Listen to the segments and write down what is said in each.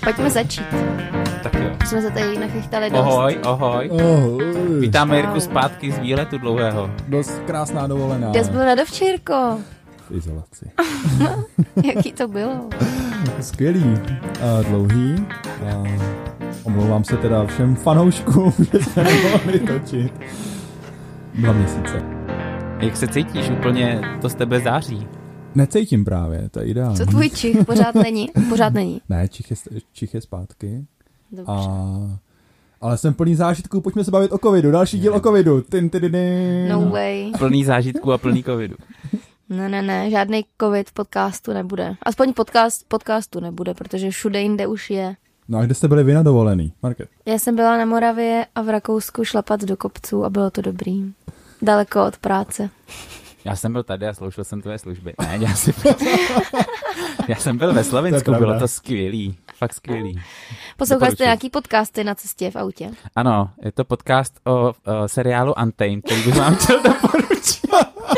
Pojďme začít. Tak jo. Jsme se tady nachychtali dost. Ohoj, ahoj. Vítáme Jirku zpátky z výletu dlouhého. Dost krásná dovolená. Kde jsi byl na dovčírko? V izolaci. Jaký to bylo? Skvělý. Dlouhý. Omlouvám se teda všem fanouškům, že jsme nemohli točit. 2 měsíce. Jak se cítíš? Úplně to z tebe září. Necítím právě, to je ideální. Co tvůj čich? Pořád není? Pořád není. Ne, čich je zpátky. Dobře. Ale jsem plný zážitků, pojďme se bavit o covidu. Další díl o covidu. No way. Plný zážitků a plný covidu. Ne, žádný covid v podcastu nebude. Aspoň podcastu nebude, protože všude jinde už je. No a kde jste byli vy na dovolený, Market? Já jsem byla na Moravě a v Rakousku šlapat do kopců a bylo to dobrý. Daleko od práce. Já jsem byl tady a sloušel jsem tvoje služby. Ne, já jsem byl ve Slovinsku, bylo to skvělý. Fakt skvělý. Poslouchali jste nějaký podcasty na cestě v autě? Ano, je to podcast o seriálu Untamed, který bych vám chtěl doporučit.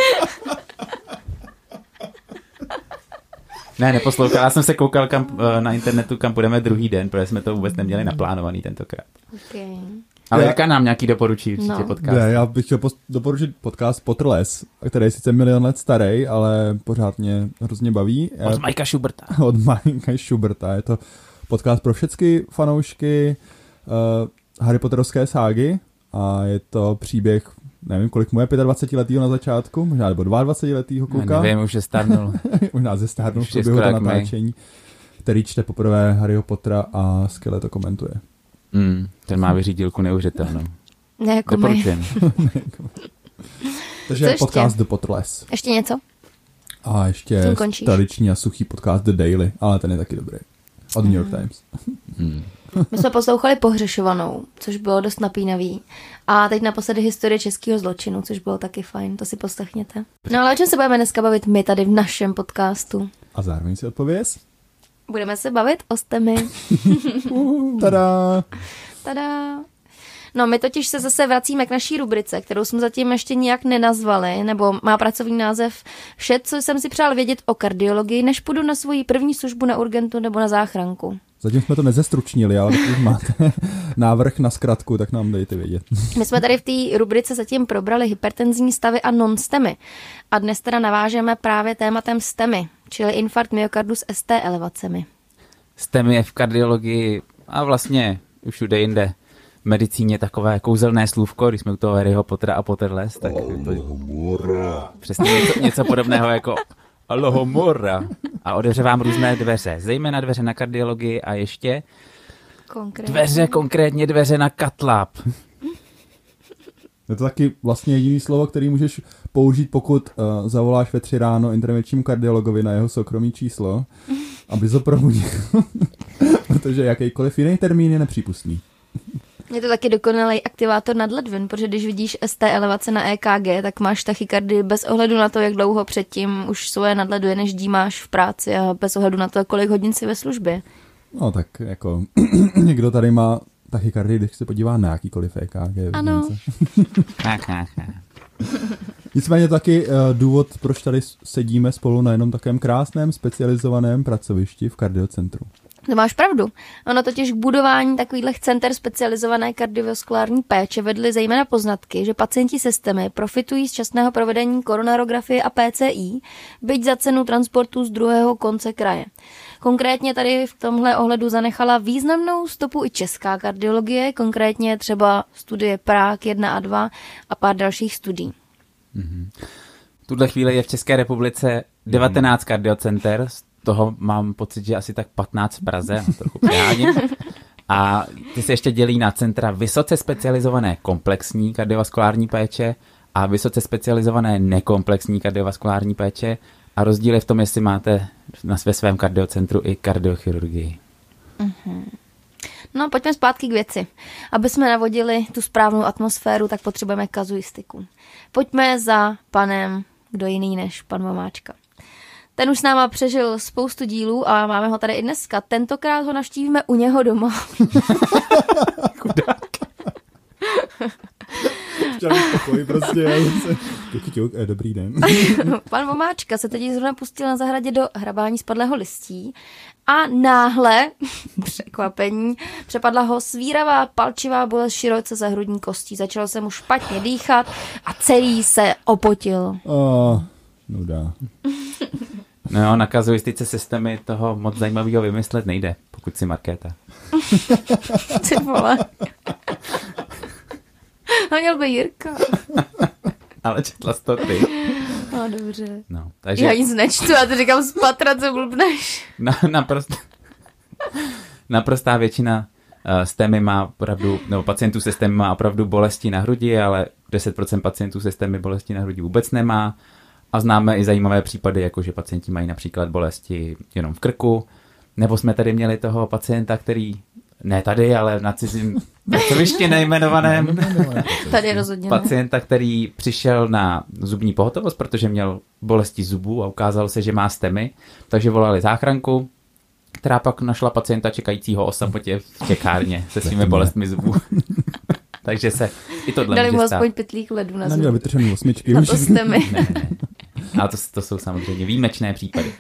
Ne, neposlouchal. Já jsem se koukal na internetu, kam půjdeme druhý den, protože jsme to vůbec neměli naplánovaný tentokrát. Okay. Ale jaká nám nějaký doporučí určitě podcast? Ne, já bych chtěl doporučit podcast Potterless, který je sice 1 000 000 let starý, ale pořád mě hrozně baví. Od Mikea Schuberta. Od Mikea Schuberta. Je to podcast pro všechny fanoušky Harry Potterovské ságy a je to příběh, nevím, kolik mu je, 25letýho na začátku, možná nebo 22letýho kluka. Nevím, už je stárnul. Možná zestárnul v průběhu to natáčení, který čte poprvé Harryho Pottera a skvěle to komentuje. Ten má vyřídilku neuvěřitelnou. Ne, jako doporučujem. Takže podcast The Potterless. Ještě něco? A ještě tradiční a suchý podcast The Daily, ale ten je taky dobrý. Od New York Times. My jsme poslouchali Pohřešovanou, což bylo dost napínavý. A teď naposledy historie českého zločinu, což bylo taky fajn, to si poslechněte. No ale o čem se budeme dneska bavit my tady v našem podcastu? A zároveň si odpověz? Budeme se bavit o STEMy. Tada! No, my totiž se zase vracíme k naší rubrice, kterou jsme zatím ještě nijak nenazvali, nebo má pracovní název Vše, co jsem si přál vědět o kardiologii, než půjdu na svoji první službu na urgentu nebo na záchranku. Zatím jsme to nezestručnili, ale když máte návrh na zkratku, tak nám dejte vědět. My jsme tady v té rubrice zatím probrali hypertenzní stavy a non-STEMy. A dnes teda navážeme právě tématem STEMy, čili infarkt myokardu s ST elevacemi. STEM je v kardiologii a vlastně už všude jinde v medicíně takové kouzelné slůvko, když jsme u toho Harryho Pottera a Potterless, tak přesně něco podobného jako Alohomora. A otevře vám různé dveře, zejména dveře na kardiologii a ještě konkrétně dveře na katlab. Je to taky vlastně jediný slovo, který můžeš použít, pokud zavoláš ve 3 ráno intervenčnímu kardiologovi na jeho soukromý číslo, aby to probudil. Protože jakýkoliv jiný termín je nepřípustný. Je to taky dokonalý aktivátor nadledvin, protože když vidíš ST elevace na EKG, tak máš tachykardii bez ohledu na to, jak dlouho předtím už svoje nadledviny ždímáš v práci a bez ohledu na to, kolik hodin si ve službě. No tak jako někdo tady má tachykardii, když se podívá na jakýkoliv EKG. Ano. Nicméně taky důvod, proč tady sedíme spolu na jednom takovém krásném specializovaném pracovišti v kardiocentru. To máš pravdu. Ono totiž k budování takových center specializované kardiovaskulární péče vedly zejména poznatky, že pacienti se STEMy profitují z časného provedení koronarografie a PCI, byť za cenu transportu z druhého konce kraje. Konkrétně tady v tomhle ohledu zanechala významnou stopu i česká kardiologie, konkrétně třeba studie Prague 1 a 2 a pár dalších studií. V tuhle chvíli je v České republice 19 kardiocenter, toho mám pocit, že asi tak 15 v Praze, trochu přeháním. A ty se ještě dělí na centra vysoce specializované komplexní kardiovaskulární péče a vysoce specializované nekomplexní kardiovaskulární péče a rozdíl je v tom, jestli máte ve svém kardiocentru i kardiochirurgii. No, pojďme zpátky k věci. Aby jsme navodili tu správnou atmosféru, tak potřebujeme kazuistiku. Pojďme za panem, kdo jiný než pan Vomáčka. Ten už s náma přežil spoustu dílů a máme ho tady i dneska. Tentokrát ho navštívíme u něho doma. Chudák. Chtěl bych pokoj, prostě. Dobrý den. Pan Vomáčka se teď zrovna pustil na zahradě do hrabání spadlého listí a náhle, překvapení, přepadla ho svíravá palčivá bolest široce za hrudní kostí. Začalo se mu špatně dýchat a celý se opotil. Nuda. No jo, na kazuistice systémy toho moc zajímavého vymyslet nejde, pokud si Markéta. Ty vole. No měl by Jirka. Ale četla jsi to ty. No dobře. No, takže... Já nic nečtu, já to říkám z patra, co blbneš. Naprostá většina STEMy má opravdu, nebo pacientů se STEMy má opravdu bolesti na hrudi, ale 10% pacientů se STEMy bolesti na hrudi vůbec nemá. A známe i zajímavé případy, jako že pacienti mají například bolesti jenom v krku, nebo jsme tady měli toho pacienta, který, ne tady, ale na cizím pracovišti nejmenovaném, tady rozhodně pacienta, který přišel na zubní pohotovost, protože měl bolesti zubů a ukázalo se, že má STEMy, takže volali záchranku, která pak našla pacienta čekajícího o samotě v čekárně se svými bolestmi zubů. Takže se i tohle dali může mu stát. aspoň pytlík ledu na zub. Neměl vytržený 8. Na to STEMy. Ne. Ale to jsou samozřejmě výjimečné případy.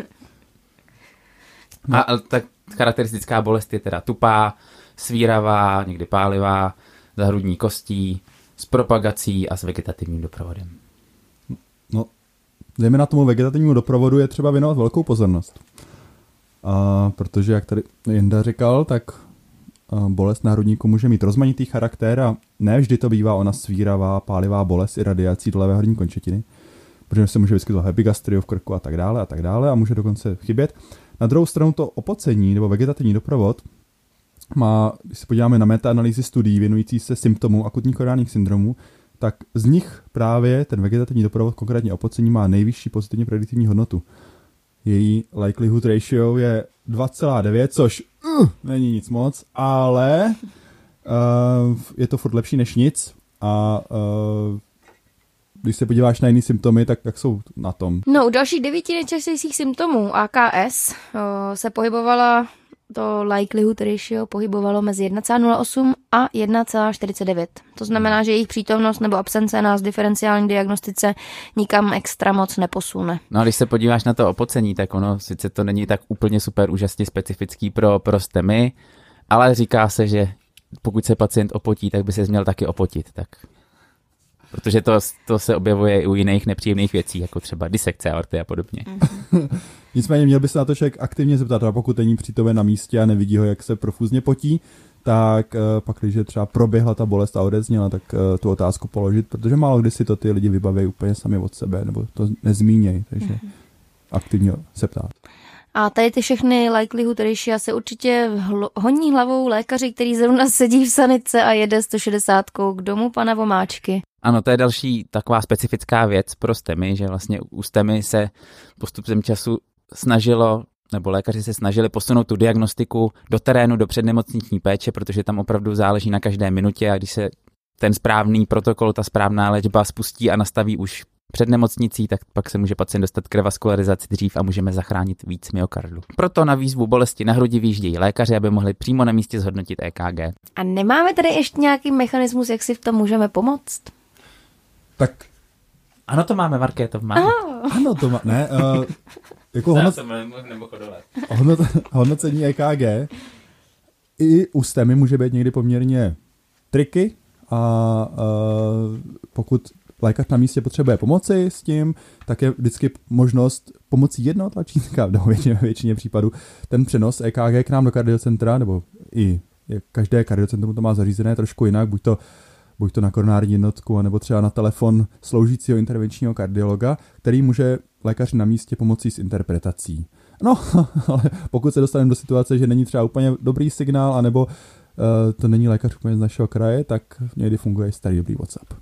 A tak charakteristická bolest je teda tupá, svíravá, někdy pálivá, za hrudní kostí, s propagací a s vegetativním doprovodem. No, zejména tomu vegetativnímu doprovodu je třeba věnovat velkou pozornost. Protože, jak tady Jenda říkal, tak bolest na hrudníku může mít rozmanitý charakter a ne vždy to bývá ona svíravá, pálivá bolest i radiací do levé hrudní končetiny, protože se může vyskytovat epigastrio v krku a tak dále a může dokonce chybět. Na druhou stranu to opocení nebo vegetativní doprovod má, když se podíváme na metaanalýzy studií věnující se symptomům akutních koronárních syndromů, tak z nich právě ten vegetativní doprovod, konkrétně opocení, má nejvyšší pozitivní prediktivní hodnotu. Její likelihood ratio je 2,9, což není nic moc, ale je to furt lepší než nic a když se podíváš na jiný symptomy, tak jak jsou na tom? No, u dalších 9 nejčastějších symptomů AKS se pohybovala to likelihood ratio pohybovalo mezi 1,08 a 1,49. To znamená, že jejich přítomnost nebo absence nás v diferenciální diagnostice nikam extra moc neposune. No a když se podíváš na to opocení, tak ono sice to není tak úplně super úžasně specifický pro STEMy, ale říká se, že pokud se pacient opotí, tak by se měl taky opotit. Tak. Protože to se objevuje i u jiných nepříjemných věcí, jako třeba disekce aorty a podobně. Nicméně měl by se na to člověk aktivně zeptat, a pokud není přítomen na místě a nevidí ho, jak se profuzně potí, tak pak, když třeba proběhla ta bolest a odezněla, tak tu otázku položit, protože málo kdy si to ty lidi vybaví úplně sami od sebe, nebo to nezmínějí, takže aktivně se ptát. A tady ty všechny likelihood ratio se určitě honí hlavou lékaři, který zrovna sedí v sanice a jede 160 k domu pana Vomáčky. Ano, to je další taková specifická věc pro STEMy, že vlastně u STEMy se postupem času snažilo, nebo lékaři se snažili posunout tu diagnostiku do terénu, do přednemocniční péče, protože tam opravdu záleží na každé minutě a když se ten správný protokol, ta správná léčba spustí a nastaví už před nemocnicí, tak pak se může pacient dostat k revaskularizaci dřív a můžeme zachránit víc myokardu. Proto na výzvu bolesti na hrudi vyjíždějí lékaři, aby mohli přímo na místě zhodnotit EKG. A nemáme tady ještě nějaký mechanismus, jak si v tom můžeme pomoct? Tak. Ano, to máme, Markéto, to máme. Ano, to má, ne, jako hodnocení EKG i u STEMy může být někdy poměrně triky a pokud lékař na místě potřebuje pomoci s tím, tak je vždycky možnost pomocí jednoho tlačítka, v většině případů, ten přenos EKG k nám do kardiocentra, nebo i každé kardiocentrum to má zařízené trošku jinak, buď to na koronární jednotku, nebo třeba na telefon sloužícího intervenčního kardiologa, který může lékaři na místě pomocí s interpretací. No, ale pokud se dostaneme do situace, že není třeba úplně dobrý signál, anebo to není lékař úplně z našeho kraje, tak někdy funguje starý dobrý WhatsApp.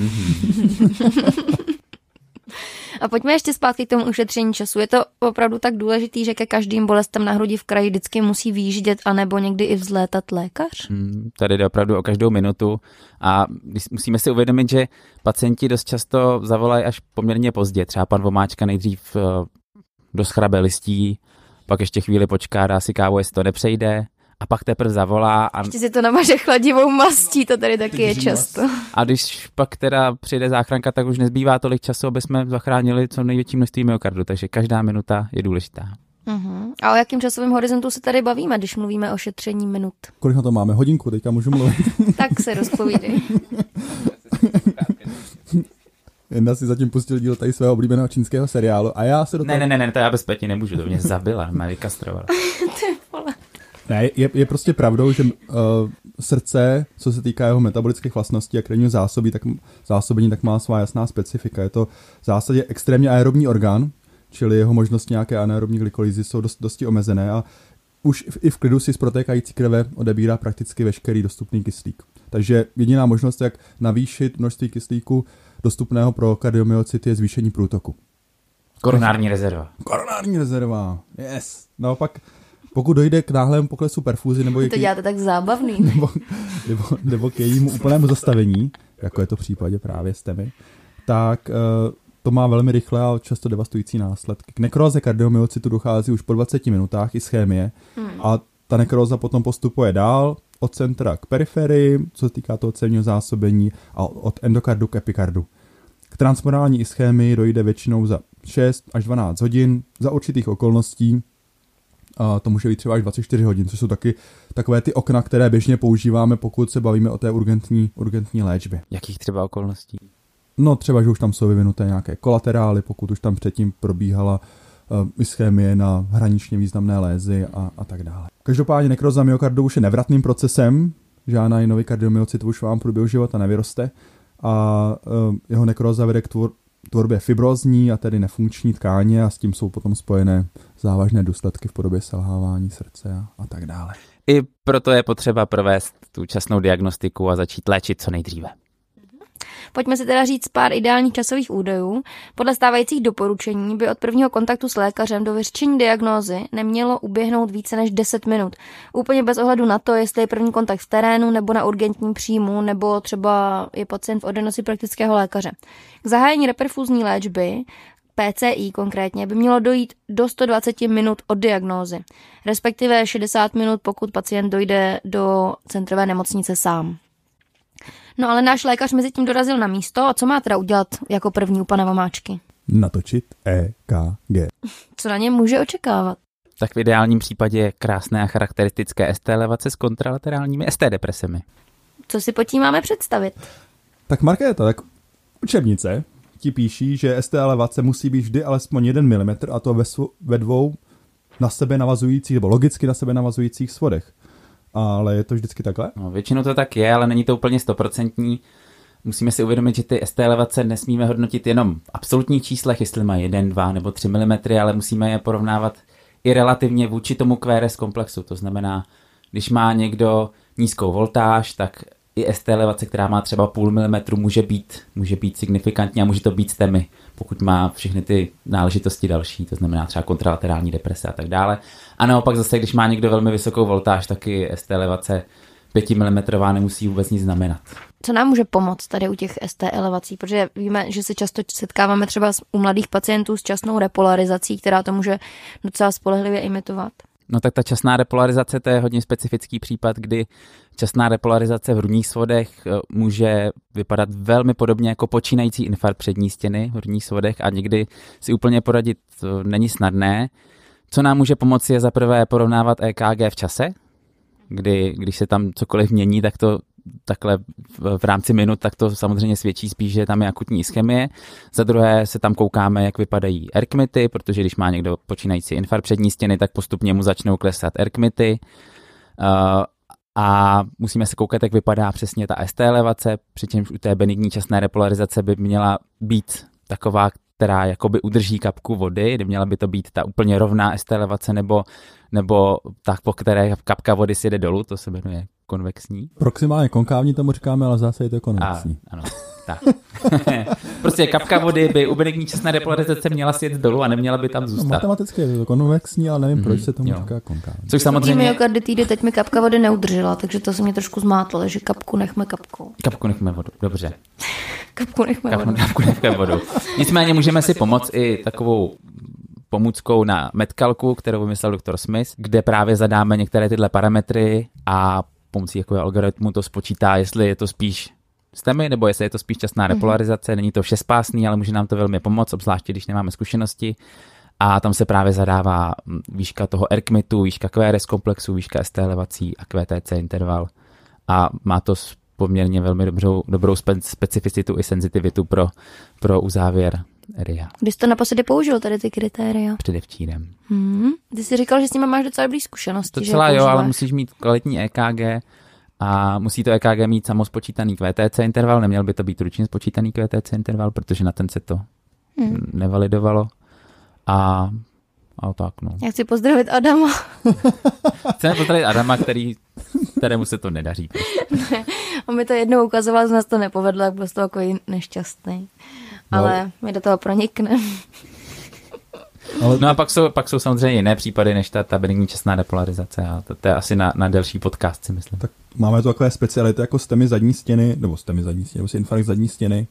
A pojďme ještě zpátky k tomu ušetření času. Je to opravdu tak důležitý, že ke každým bolestem na hrudi v kraji vždycky musí vyjíždět anebo někdy i vzlétat lékař? Tady jde opravdu o každou minutu a musíme si uvědomit, že pacienti dost často zavolají až poměrně pozdě. Třeba pan Vomáčka nejdřív doschrabe listí, pak ještě chvíli počká, dá si kávu, jestli to nepřejde. A pak teprve zavolá. A ještě si to namaže chladivou mastí, to tady taky je často. A když pak teda přijde záchranka, tak už nezbývá tolik času, aby jsme zachránili co největší množství myokardu, takže každá minuta je důležitá. A o jakém časovém horizontu se tady bavíme, když mluvíme o šetření minut? Kolik na to máme? Hodinku, teďka můžu mluvit. Tak se rozpovídej. Jenda si zatím pustil díl tady svého oblíbeného čínského seriálu a já se do toho... Ne, to já bez Peti nemůžu, to mě zabila, mě vykastrovala. Ne, je prostě pravdou, že srdce, co se týká jeho metabolických vlastností a krevního zásobení, tak má svá jasná specifika. Je to v zásadě extrémně aerobní orgán, čili jeho možnosti nějaké anaerobní glykolýzy jsou dosti omezené a už i v klidu si z protékající krve odebírá prakticky veškerý dostupný kyslík. Takže jediná možnost, jak navýšit množství kyslíku dostupného pro kardiomyocyty, je zvýšení průtoku. Koronární rezerva. Koronární rezerva, yes. Naopak, pokud dojde k náhlému poklesu perfúzy to děláte tak zábavný. nebo k jejímu úplnému zastavení, jako je to v případě právě STEMI, tak to má velmi rychlé a často devastující následky. K nekróze kardiomyocytu dochází už po 20 minutách ischémie a ta nekróza potom postupuje dál od centra k periferii, co se týká toho cévního zásobení, a od endokardu k epikardu. K transmorální ischémii dojde většinou za 6 až 12 hodin, za určitých okolností. A to může být třeba až 24 hodin, což jsou taky takové ty okna, které běžně používáme, pokud se bavíme o té urgentní léčbě. Jakých třeba okolností? No třeba, že už tam jsou vyvinuté nějaké kolaterály, pokud už tam předtím probíhala ischémie na hraničně významné lézy a tak dále. Každopádně nekroza myokardu už je nevratným procesem, žádný nový kardiomyocyt už vám v průběhu života nevyroste a jeho nekroza vede k tvorbě fibrózní a tedy nefunkční tkáně a s tím jsou potom spojené závažné důsledky v podobě selhávání srdce a tak dále. I proto je potřeba provést tu časnou diagnostiku a začít léčit co nejdříve. Pojďme si teda říct pár ideálních časových údajů. Podle stávajících doporučení by od prvního kontaktu s lékařem do vyřčení diagnózy nemělo uběhnout více než 10 minut. Úplně bez ohledu na to, jestli je první kontakt v terénu nebo na urgentním příjmu, nebo třeba je pacient v ordinaci praktického lékaře. K zahájení reperfuzní léčby PCI konkrétně by mělo dojít do 120 minut od diagnózy, respektive 60 minut, pokud pacient dojde do centrové nemocnice sám. No ale náš lékař mezi tím dorazil na místo a co má teda udělat jako první u pana Vomáčky? Natočit EKG. Co na něm může očekávat? Tak v ideálním případě je krásné a charakteristické ST elevace s kontralaterálními ST depresemi. Co si pod tím máme představit? Tak Markéta, tak učebnice ti píší, že ST elevace musí být vždy alespoň 1 mm a to ve dvou na sebe navazujících, nebo logicky na sebe navazujících svodech. Ale je to vždycky takhle? No, většinou to tak je, ale není to úplně 100%. Musíme si uvědomit, že ty ST elevace nesmíme hodnotit jenom v absolutních číslech, jestli mají 1, 2 nebo 3 mm, ale musíme je porovnávat i relativně vůči tomu QRS komplexu. To znamená, když má někdo nízkou voltáž, tak i ST elevace, která má třeba 0,5 mm, může být signifikantní a může to být STEMI, pokud má všechny ty náležitosti další, to znamená třeba kontralaterální deprese a tak dále. A naopak zase, když má někdo velmi vysokou voltáž, tak i ST elevace 5 mm nemusí vůbec nic znamenat. Co nám může pomoct tady u těch ST elevací? Protože víme, že se často setkáváme třeba u mladých pacientů s časnou repolarizací, která to může docela spolehlivě imitovat. No tak ta časná repolarizace, to je hodně specifický případ, kdy časná repolarizace v hrudních svodech může vypadat velmi podobně jako počínající infarkt přední stěny v hrudních svodech a někdy si úplně poradit není snadné. Co nám může pomoci je zaprvé porovnávat EKG v čase, když se tam cokoliv mění, tak to takhle v rámci minut, tak to samozřejmě svědčí spíš, že tam je akutní ischemie. Za druhé se tam koukáme, jak vypadají erkmity, protože když má někdo počínající infarkt přední stěny, tak postupně mu začnou klesat erkmity. A musíme se koukat, jak vypadá přesně ta ST elevace, přičemž u té benigní časné repolarizace by měla být taková, která jakoby udrží kapku vody, měla by to být ta úplně rovná ST elevace nebo tak, po které kapka vody si jde dolů, to se jmenuje konvexní. Proximálně konkávní tomu říkáme, ale zase je to konvexní. Ano, tak. Prostě kapka vody by u benigní časné repolarizace měla si jet dolů a neměla by tam zůstat. No, matematicky je to konvexní, ale nevím, proč se tomu říká konkávní. Což samozřejmě... Myokarditidy teď mi kapka vody neudržela, takže to se mě trošku zmátlo, takže kapku nechme kapkou. Kapku nechme vodu, dobře. Kapku nechme vodu. Nicméně můžeme si pomoct i takovou pomůckou na Metcalcu, kterou vymyslel doktor Smith, kde právě zadáme některé tyhle parametry a pomocí jako algoritmu to spočítá, jestli je to spíš STEMI, nebo jestli je to spíš časná repolarizace. Není to všespásný, ale může nám to velmi pomoct, obzvláště když nemáme zkušenosti. a tam se právě zadává výška toho ERCMITu, výška QRS komplexu, výška ST elevací a QTC interval a má to poměrně velmi dobrou specificitu i senzitivitu pro uzávěr RIA. Když to naposledy použil, tady ty kritéria? Předevčírem. Ty jsi říkal, že s nimi máš docela dobrý zkušenosti. Docela jo, ale musíš mít kvalitní EKG a musí to EKG mít samospočítaný QTC interval, neměl by to být ručně spočítaný QTC interval, protože na ten se to nevalidovalo. A tak, no. Já chci pozdravit Adama. Chceme pozdravit Adama, kterému se to nedaří. Ne, on mi to jednou ukazoval, z nás to nepovedlo, tak byl to takový nešťastný. Ale my do toho pronikneme. No a pak jsou samozřejmě jiné případy, než ta benigní čestná depolarizace a to je asi na delší podcast, si myslím. Tak máme tu takové speciality jako STEMI zadní stěny, nebo infarkt zadní stěny.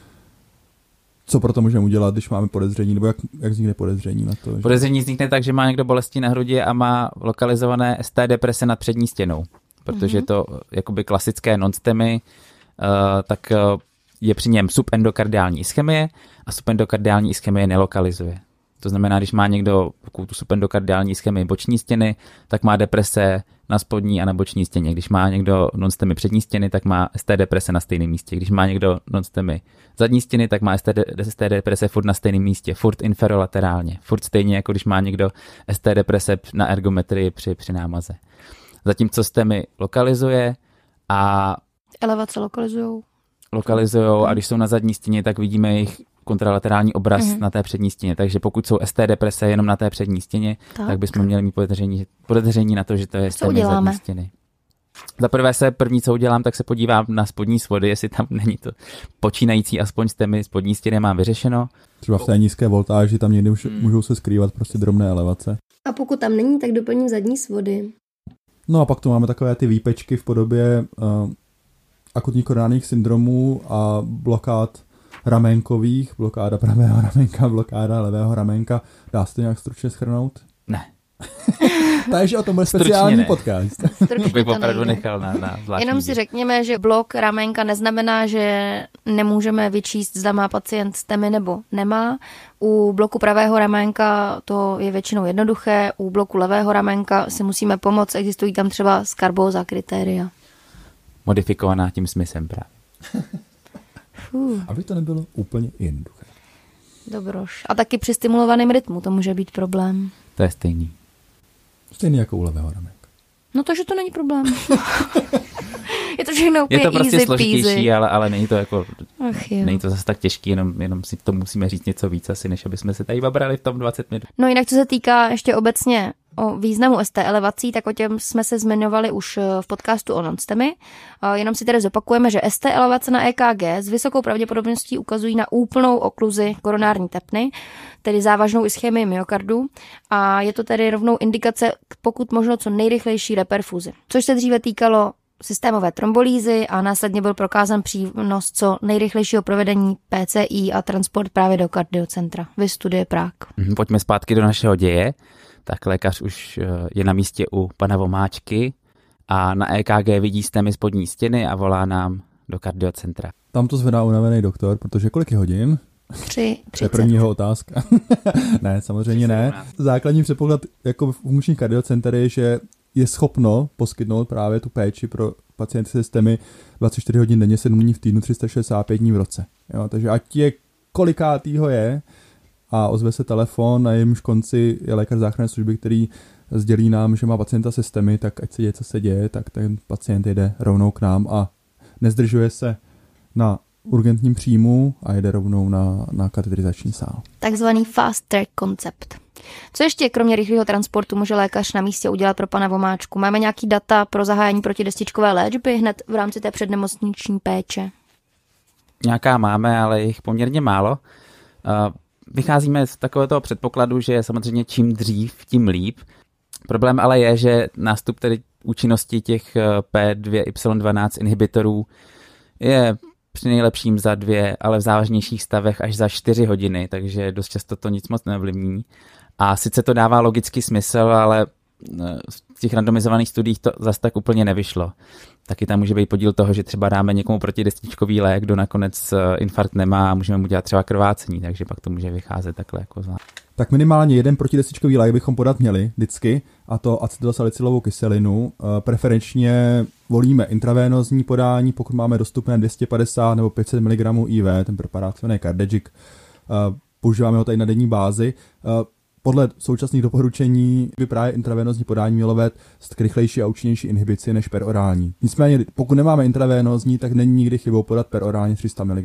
Co proto můžeme udělat, když máme podezření, nebo jak vznikne podezření na to? Že... Podezření vznikne tak, že má někdo bolesti na hrudi a má lokalizované ST deprese nad přední stěnou, protože to jakoby klasické non-STEMI, tak je při něm subendokardiální ischemie a subendokardiální ischemie nelokalizuje. To znamená, když má někdo tu subendokardiální ischemii boční stěny, tak má deprese na spodní a na boční stěně. Když má někdo non-STEMI přední stěny, tak má ST deprese na stejném místě. Když má někdo non-STEMI zadní stěny, tak má ST deprese furt na stejném místě, furt inferolaterálně. Furt stejně, jako když má někdo ST deprese na ergometrii při námaze. Zatímco STEMI lokalizuje a... Elevace lokalizujou a když jsou na zadní stěně, tak vidíme jejich kontralaterální obraz na té přední stěně. Takže pokud jsou ST deprese jenom na té přední stěně, tak bychom měli mít podezření na to, že to je STEMI zadní stěny. Za prvé první, co udělám, tak se podívám na spodní svody, jestli tam není to počínající aspoň STEMI spodní stěny mám vyřešeno. Třeba v té nízké voltáži tam někdy už můžou se skrývat prostě drobné elevace. A pokud tam není, tak doplním zadní svody. No a pak tu máme takové ty výpečky v podobě akutních koronárních syndromů a blokád ramenkových, blokáda pravého ramenka, blokáda levého ramenka. Dá se to nějak stručně shrnout? Ne. Takže o tom bude speciální podcast. To bych opravdu nechal na zvláštní. Jenom si řekněme, že blok ramenka neznamená, že nemůžeme vyčíst, zda má pacient STEMI nebo nemá. U bloku pravého ramenka to je většinou jednoduché, u bloku levého ramenka si musíme pomoct, existují tam třeba skarbóza kritéria. Modifikovaná tím smyslem právě. Aby to nebylo úplně jednoduché. Dobroš. A taky při stimulovaném rytmu to může být problém. To je stejný. Stejný jako u levého ramenka. No to, že to není problém. Je to všechno je to prostě easy složitější, peasy. ale není to jako, není to zase tak těžký, jenom si to musíme říct něco víc asi, než aby jsme se tady babrali v tom 20 minut. No jinak, co se týká ještě obecně o významu ST elevací, tak o těm jsme se zmiňovali už v podcastu o non-STEMI. Jenom si tedy zopakujeme, že ST elevace na EKG s vysokou pravděpodobností ukazují na úplnou okluzi koronární tepny, tedy závažnou ischemii myokardu, a je to tedy rovnou indikace k pokud možno co nejrychlejší reperfuzi. Což se dříve týkalo systémové trombolýzy a následně byl prokázán přínos co nejrychlejšího provedení PCI a transport právě do kardiocentra. Vy studie Prague. Pojďme zpátky do našeho děje. Tak lékař už je na místě u pana Vomáčky a na EKG vidí STEMI spodní stěny a volá nám do kardiocentra. Tam to zvedá unavený doktor, protože kolik je hodin? 3:30. To je prvního otázka. Ne, samozřejmě ne. Základní předpoklad jako funkční kardiocenter je, že je schopno poskytnout právě tu péči pro pacienty se STEMI 24 hodin denně, 7 dní v týdnu, 365 dní v roce. Jo, takže ať je kolikátýho je a ozve se telefon, na jejímž konci je lékař záchranné služby, který sdělí nám, že má pacienta se STEMI, tak ať se děje, co se děje, tak ten pacient jde rovnou k nám a nezdržuje se na urgentním příjmu a jede rovnou na katetrizační sál. Takzvaný fast track koncept. Co ještě kromě rychlého transportu může lékař na místě udělat pro pana Vomáčku? Máme nějaký data pro zahájení protidestičkové léčby hned v rámci té přednemocniční péče? Nějaká máme, ale jich poměrně málo. Vycházíme z takového toho předpokladu, že samozřejmě čím dřív, tím líp. Problém ale je, že nástup tedy účinnosti těch P2Y12 inhibitorů je při nejlepším za 2, ale v závažnějších stavech až za 4 hodiny, takže dost často to nic moc neovlivní. A sice to dává logický smysl, ale v těch randomizovaných studiích to zase tak úplně nevyšlo. Taky tam může být podíl toho, že třeba dáme někomu protidestičkový lék, kdo nakonec infarkt nemá a můžeme mu dělat třeba krvácení, takže pak to může vycházet takhle jako zvlášť. Tak minimálně jeden protidestičkový lék bychom podat měli vždycky, a to acetylsalicylovou kyselinu. Preferenčně volíme intravénozní podání, pokud máme dostupné 250 nebo 500 mg IV, ten preparát je Cardagic. Používáme ho tady na denní bázi. Podle současných doporučení by právě intravénozní podání mělo vést k rychlejší a účinnější inhibici než perorální. Nicméně, pokud nemáme intravénozní, tak není nikdy chybou podat perorálně 300 mg.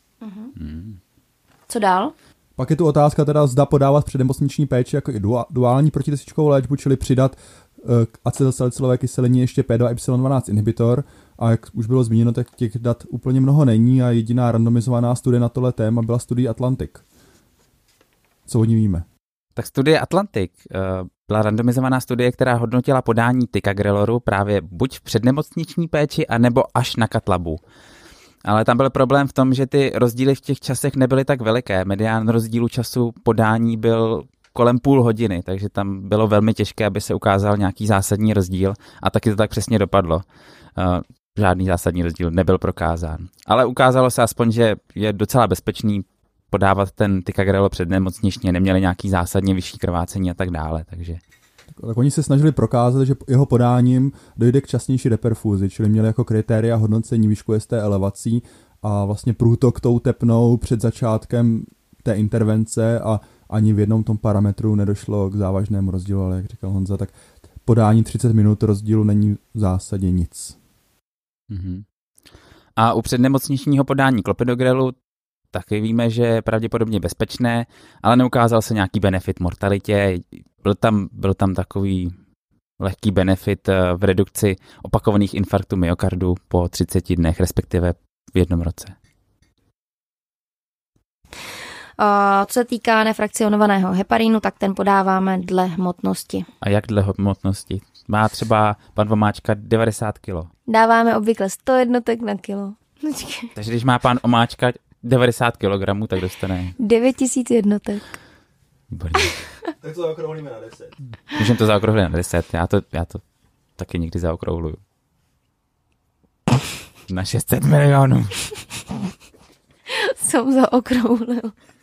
Co dál? Pak je tu otázka teda, zda podávat přednemocniční péči jako i duální protidestičkovou léčbu, čili přidat k acetylsalicylové kyselině ještě P2Y12 inhibitor. A jak už bylo zmíněno, tak těch dat úplně mnoho není a jediná randomizovaná studie na tohle téma byla studie Atlantic. Co o ní víme? Tak studie Atlantic byla randomizovaná studie, která hodnotila podání Ticagrelloru právě buď v přednemocniční péči, anebo až na katlabu. Ale tam byl problém v tom, že ty rozdíly v těch časech nebyly tak veliké. Medián rozdílu času podání byl kolem půl hodiny, takže tam bylo velmi těžké, aby se ukázal nějaký zásadní rozdíl a taky to tak přesně dopadlo. Žádný zásadní rozdíl nebyl prokázán. Ale ukázalo se aspoň, že je docela bezpečný podávat ten Ticagrello přednemocničně, neměli nějaký zásadně vyšší krvácení a tak dále, takže... Tak oni se snažili prokázat, že jeho podáním dojde k časnější reperfuzi, čili měli jako kritéria hodnocení výšku ST elevací a vlastně průtok tou tepnou před začátkem té intervence a ani v jednom tom parametru nedošlo k závažnému rozdílu, ale jak říkal Honza, tak podání 30 minut rozdílu není v zásadě nic. Mm-hmm. A u přednemocničního podání Clopidogrelu taky víme, že je pravděpodobně bezpečné, ale neukázal se nějaký benefit mortalitě. Byl tam takový lehký benefit v redukci opakovaných infarktů myokardu po 30 dnech, respektive v 1 roce. Co se týká nefrakcionovaného heparínu, tak ten podáváme dle hmotnosti. A jak dle hmotnosti? Má třeba pan Vomáčka 90 kg. Dáváme obvykle 100 jednotek na kilo. Takže když má pan Omáčka 90 kg, tak dostane 9000 jednotek. Výborně. Tak to zaokrouhlíme na 10. Můžeme to zaokrouhlit na 10, já to taky někdy zaokrouhluju. Na 600 milionů. Jsem zaokrouhlil.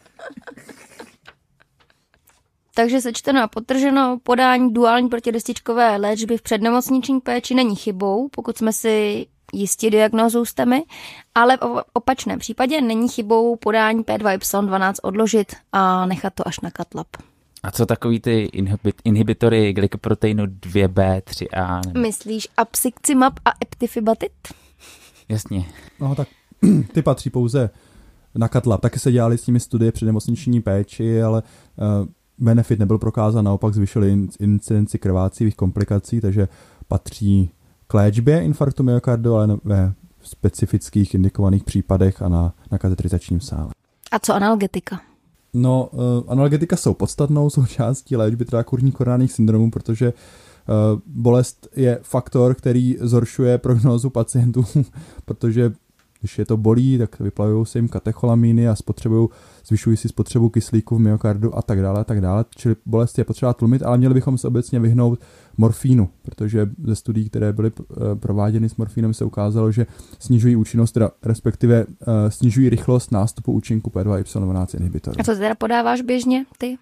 Takže sečteno a podtrženo, podání duální protidestičkové léčby v přednemocniční péči není chybou, pokud jsme si jistí diagnózou STEMI, ale v opačném případě není chybou podání P2Y12 odložit a nechat to až na katlab. A co takový ty inhibitory glykoproteinu 2B, 3A? Nebo... Myslíš Apiximab a Eptifibatit? Jasně. No tak ty patří pouze na katlab. Taky se dělali s nimi studie přednemocniční péči, ale benefit nebyl prokázán, naopak zvyšili incidenci krvácivých komplikací, takže patří k léčbě infarktu myokardu, ale ve specifických indikovaných případech a na katetrizačním sále. A co analgetika? No, analgetika jsou podstatnou součástí léčby trákurních koronárních syndromů, protože bolest je faktor, který zhoršuje prognózu pacientů, protože když je to bolí, tak vyplavují se jim katecholamíny a zvyšují si spotřebu kyslíku v myokardu a tak dále. Čili bolest je potřeba tlumit, ale měli bychom se obecně vyhnout morfínu, protože ze studií, které byly prováděny s morfínem, se ukázalo, že snižují účinnost, respektive snižují rychlost nástupu účinku P2Y12 inhibitorů. A co teda podáváš běžně ty?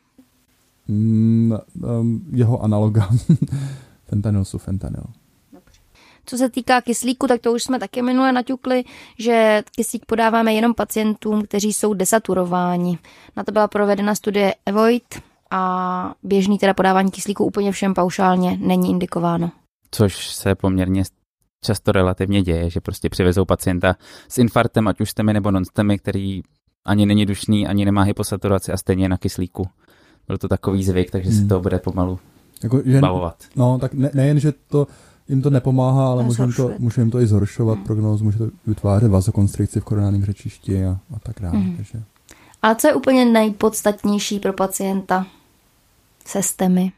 Jeho analoga. Fentanyl, sufentanil. Co se týká kyslíku, tak to už jsme taky minule naťukli, že kyslík podáváme jenom pacientům, kteří jsou desaturováni. Na to byla provedena studie EVOID a běžný teda podávání kyslíku úplně všem paušálně není indikováno. Což se poměrně často relativně děje, že prostě přivezou pacienta s infarktem, ať už STEMI nebo non-STEMI, který ani není dušný, ani nemá hyposaturaci a stejně je na kyslíku. Byl to takový zvyk, takže se to bude pomalu bavovat. No, tak nejen, že to jim to nepomáhá, ale může jim to i zhoršovat prognózu, může to vytvářet vazokonstrikci v koronárním řečišti a tak dále. Takže. Ale co je úplně nejpodstatnější pro pacienta se STEMI?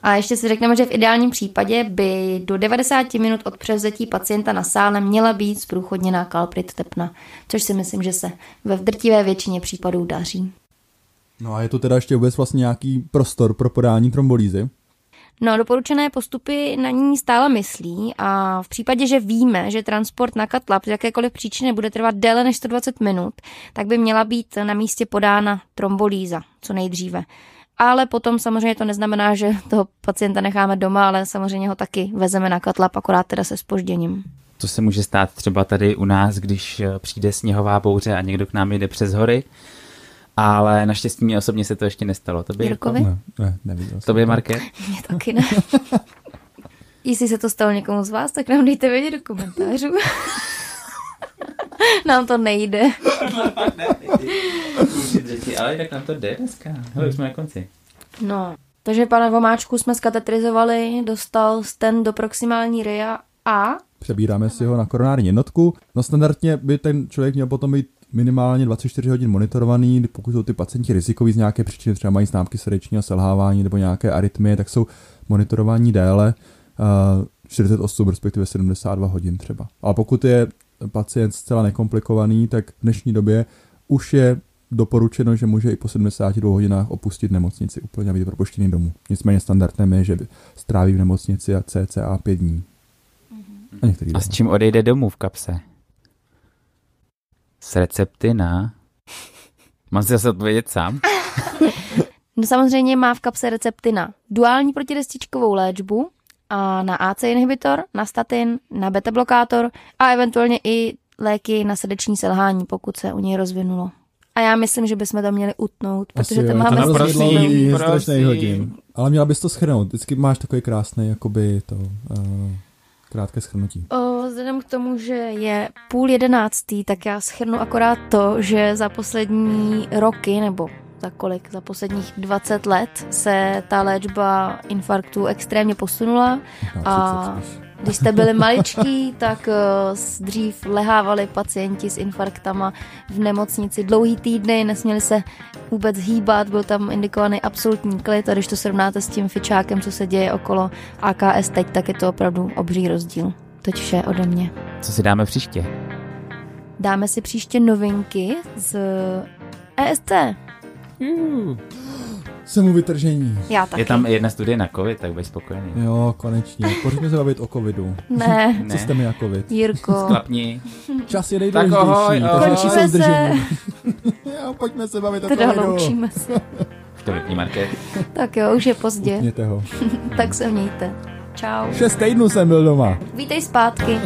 A ještě si řekneme, že v ideálním případě by do 90 minut od převzetí pacienta na sále měla být zprůchodněná kalprit tepna, což si myslím, že se ve drtivé většině případů daří. No a je tu teda ještě vůbec vlastně nějaký prostor pro podání trombolýzy? No, doporučené postupy na ní stále myslí a v případě, že víme, že transport na cath lab z jakékoliv příčiny bude trvat déle než 120 minut, tak by měla být na místě podána trombolýza co nejdříve. Ale potom samozřejmě to neznamená, že toho pacienta necháme doma, ale samozřejmě ho taky vezeme na cath lab, akorát teda se zpožděním. To se může stát třeba tady u nás, když přijde sněhová bouře a někdo k nám jde přes hory, ale naštěstí mě osobně se to ještě nestalo. Tobě, Jirkovi? Ne, neviděl. Tobě, Marke? Mně taky ne. Jestli se to stalo někomu z vás, tak nám dejte vědět do komentářů. Nám to nejde. Ale tak nám to jde dneska. Hele, už jsme na konci. No, takže pana Vomáčku jsme skatetrizovali, dostal stent do proximální ria a... Přebíráme si ho na koronární jednotku. No standardně by ten člověk měl potom být minimálně 24 hodin monitorovaný, pokud jsou ty pacienti rizikoví z nějaké příčiny, třeba mají známky srdečního selhávání nebo nějaké arytmie, tak jsou monitorování déle, 48, respektive 72 hodin třeba. Ale pokud je pacient zcela nekomplikovaný, tak v dnešní době už je doporučeno, že může i po 72 hodinách opustit nemocnici úplně a být propuštěný domů. Nicméně standardem je, že stráví v nemocnici a cca 5 dní. A s čím odejde domů v kapse? S recepty na... Mám si zase odpovědět sám? No samozřejmě má v kapse recepty na duální protidestičkovou léčbu a na AC inhibitor, na statin, na beta blokátor a eventuálně i léky na srdeční selhání, pokud se u něj rozvinulo. A já myslím, že bychom to měli utnout, protože to máme strašný hodin. Ale měla bys to shrnout. Vždycky máš takový krásný, jakoby to... krátké shrnutí. Vzhledem k tomu, že je 10:30, tak já shrnu akorát to, že za poslední roky, nebo za posledních 20 let se ta léčba infarktu extrémně posunula a když jste byli maličký, tak dřív lehávali pacienti s infarktama v nemocnici dlouhý týdny, nesměli se vůbec hýbat, byl tam indikovaný absolutní klid a když to srovnáte s tím fičákem, co se děje okolo AKS teď, tak je to opravdu obří rozdíl. Teď vše ode mě. Co si dáme příště? Dáme si příště novinky z ESC. Jsem u vytržení. Já taky. Je tam jedna studie na covid, tak budeš spokojený. Jo, konečně. Pojďme se bavit o covidu. Ne. Co jste mi na covid? Jirko. Sklapni. Čas je Tak ahoj. Končíme se. Jo, pojďme se bavit o teda covidu. loučíme se. To vypni, Marke. Tak jo, už je pozdě. Vypněte ho. Tak se mějte. Čau. 6 týdnů jsem byl doma. Vítej zpátky.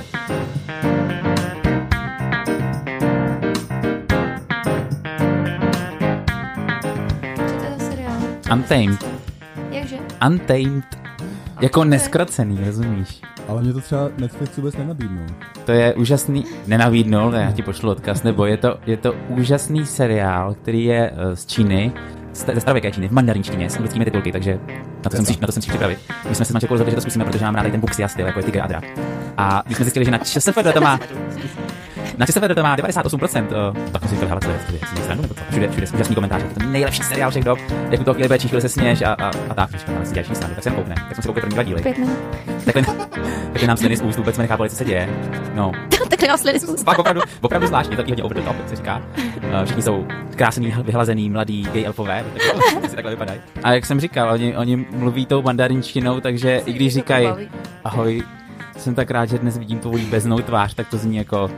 Untamed. Jakže? Untamed. Jako neskrocený, rozumíš? Ale mě to třeba Netflix vůbec nenabídnul. To je úžasný, nenabídnul, já ti pošlu odkaz, nebo je to úžasný seriál, který je z Číny, ze starověké Číny, v mandarinštině, s anglickými titulky, takže na to jsem si připravit. My jsme se s manželkou rozhodli, že to zkusíme, protože mám rád ten Buxia styl, jako je Tygr a drak. A když jsme zjistili, že na ČSFD to má 98%, tak musím to hledat celé, nebo co? Všude úžasný komentář, je to nejlepší seriál všech dob, jak u toho chvíli chvíli se směš a tak, ale si děláš stranu, tak jsem koukne, tak jsme si koukli první 2 díly. 5 minut. Takhle nám sliny z úst, vůbec jsme nechápali, co se děje. No. Takhle nám sliny z úst. Pak opravdu zvláštní, to je hodně over the top, jak se říká. Všichni jsou krásný, vyhlazený, mladý, gay elfové, tak si takhle vypadají. A jak jsem říkal, oni mluví tou mandarinštinou, takže i když říkají ahoj, jsem tak rád, že dnes vidím tvou líbeznou tvář, tak to zní jako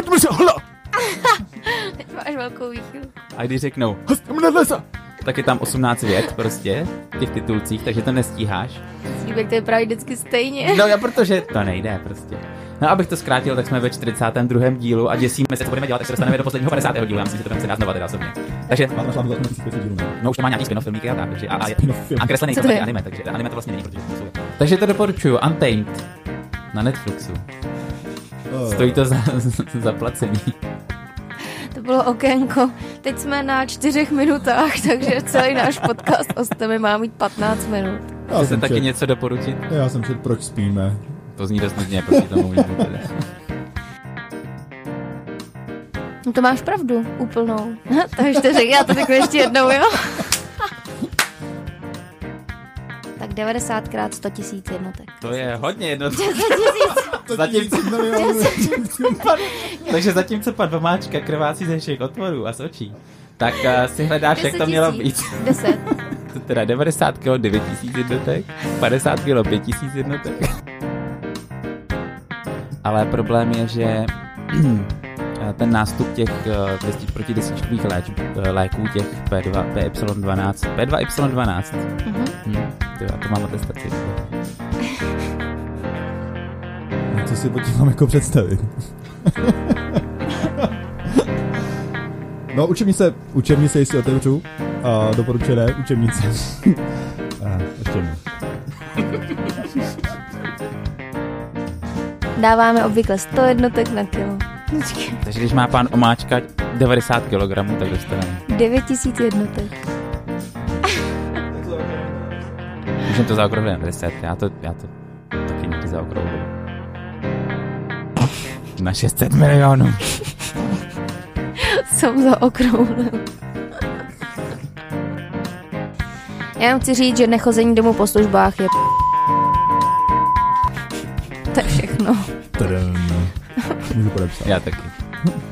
Teď máš velkou výchylu. a když řeknou tak je tam 18 vět prostě v těch titulcích, takže to nestíháš. Slíbek to je právě vždycky stejně. No já protože to nejde prostě. No abych to zkrátil, tak jsme ve 42. dílu a děsíme se, co budeme dělat, tak se dostaneme do posledního 50. dílu. Já myslím, že to budeme se znova teda osobně. Takže no už to má nějaký spin-off filmíky a tak, takže a kreslený to je anime, takže anime to vlastně není, protože to jsou. Takže to doporučuju, Untamed na Netflixu. Stojí to za zaplacení. To bylo okénko. Teď jsme na 4 minutách, takže celý náš podcast o STEMi má mít 15 minut. Já jsem taky něco doporučit? Já jsem četl, proč spíme. To zní dost nudně proti tomu. No to máš pravdu, úplnou. Takže to řekl, já to řeknu ještě jednou, jo? Tak tak 90 krát 100 000 jednotek. To je hodně jednotek. 100 000. Takže zatímco pan Vomáčka krvácí ze všech otvorů a z očí, tak si hledáš, jak to mělo být. 10. To teda 90 kg 9 000 jednotek, 50 kg 5 000 jednotek. Ale problém je, že ten nástup těch protidesíčkových léků, těch PY12, P2Y12, to mám atestaci. Co si pod tím mám jako představit? No, učebnice si otevřu. Doporučené učebnice. Ještě ne. Dáváme obvykle 100 jednotek na kilo. Takže když má pán Omáčka 90 kg, tak dostane 9 000 jednotek. Můžeme to zaokrouhlit na 10, já to taky někdy zaokrouhlu. Na 600 milionů. Jsem zaokrouhlil. Já jenom chci říct, že nechození domů po službách je to je všechno. Můžu podepsat. Já taky.